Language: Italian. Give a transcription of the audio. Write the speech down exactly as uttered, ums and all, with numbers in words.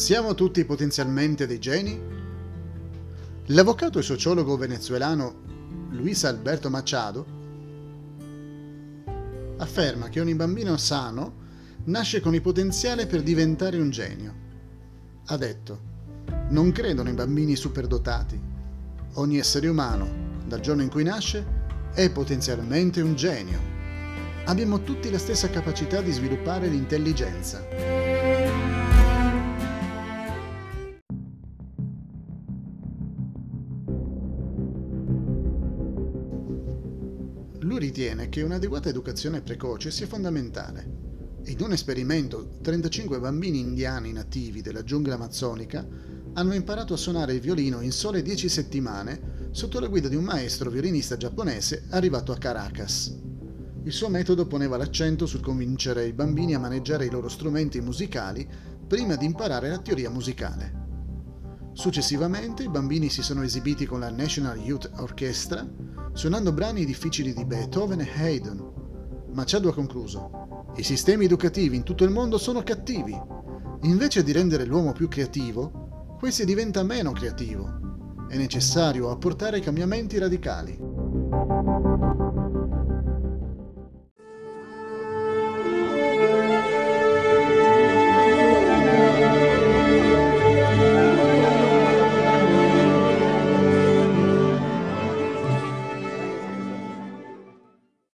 Siamo tutti potenzialmente dei geni? L'avvocato e sociologo venezuelano Luis Alberto Machado afferma che ogni bambino sano nasce con il potenziale per diventare un genio. Ha detto: non credo nei bambini superdotati. Ogni essere umano, dal giorno in cui nasce, è potenzialmente un genio. Abbiamo tutti la stessa capacità di sviluppare l'intelligenza. Lui ritiene che un'adeguata educazione precoce sia fondamentale. In un esperimento, trentacinque bambini indiani nativi della giungla amazzonica hanno imparato a suonare il violino in sole dieci settimane sotto la guida di un maestro violinista giapponese arrivato a Caracas. Il suo metodo poneva l'accento sul convincere i bambini a maneggiare i loro strumenti musicali prima di imparare la teoria musicale. Successivamente i bambini si sono esibiti con la National Youth Orchestra, suonando brani difficili di Beethoven e Haydn. Machado ha concluso: i sistemi educativi in tutto il mondo sono cattivi. Invece di rendere l'uomo più creativo, questi diventa meno creativo. È necessario apportare cambiamenti radicali.